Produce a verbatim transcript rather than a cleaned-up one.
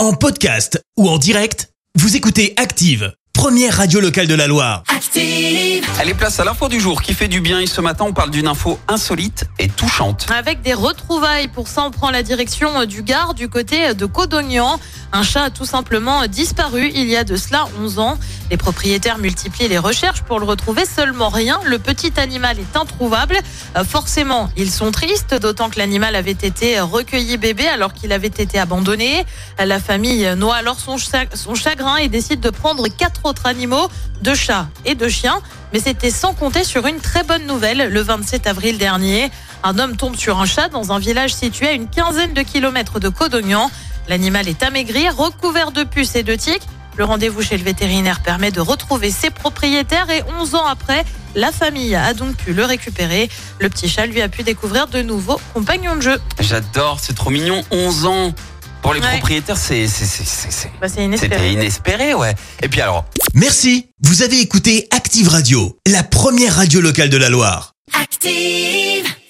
En podcast ou en direct, vous écoutez Active, première radio locale de la Loire. Active. Allez, place à l'info du jour qui fait du bien. Et ce matin, on parle d'une info insolite et touchante. Avec des retrouvailles, pour ça, on prend la direction du Gard, du côté de Codognan. Un chat a tout simplement disparu il y a de cela onze ans. Les propriétaires multiplient les recherches pour le retrouver, seulement rien. Le petit animal est introuvable. Euh, forcément, ils sont tristes, d'autant que l'animal avait été recueilli bébé alors qu'il avait été abandonné. La famille noie alors son, son chagrin et décide de prendre quatre autres animaux, deux chats et deux chiens. Mais c'était sans compter sur une très bonne nouvelle. Le vingt-sept avril dernier, un homme tombe sur un chat dans un village situé à une quinzaine de kilomètres de Codognan. L'animal est amaigri, recouvert de puces et de tiques. Le rendez-vous chez le vétérinaire permet de retrouver ses propriétaires et onze ans après, la famille a donc pu le récupérer. Le petit chat, lui, a pu découvrir de nouveaux compagnons de jeu. J'adore, c'est trop mignon. onze ans. Pour les Ouais. propriétaires, c'est, c'est, c'est, c'est, c'est... Bah, c'est inespéré. C'était inespéré, ouais. Et puis alors, Merci, vous avez écouté Active Radio, la première radio locale de la Loire. Active.